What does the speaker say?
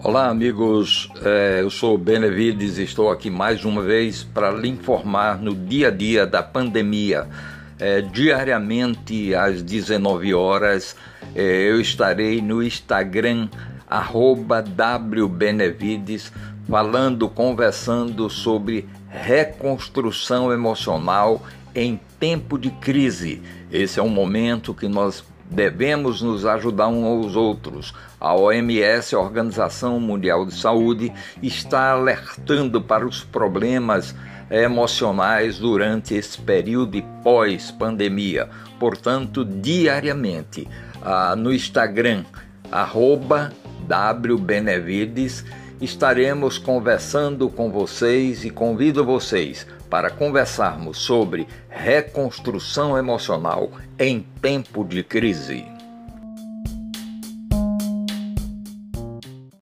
Olá, amigos. Eu sou Benevides e estou aqui mais uma vez para lhe informar no dia a dia da pandemia. Diariamente às 19 horas eu estarei no Instagram @wbenevides conversando sobre reconstrução emocional em tempo de crise. Esse é um momento que nós devemos nos ajudar uns aos outros. A OMS, a Organização Mundial de Saúde, está alertando para os problemas emocionais durante esse período pós-pandemia. Portanto, diariamente, no Instagram, @wbenevides, estaremos conversando com vocês e convido vocês para conversarmos sobre reconstrução emocional em tempo de crise.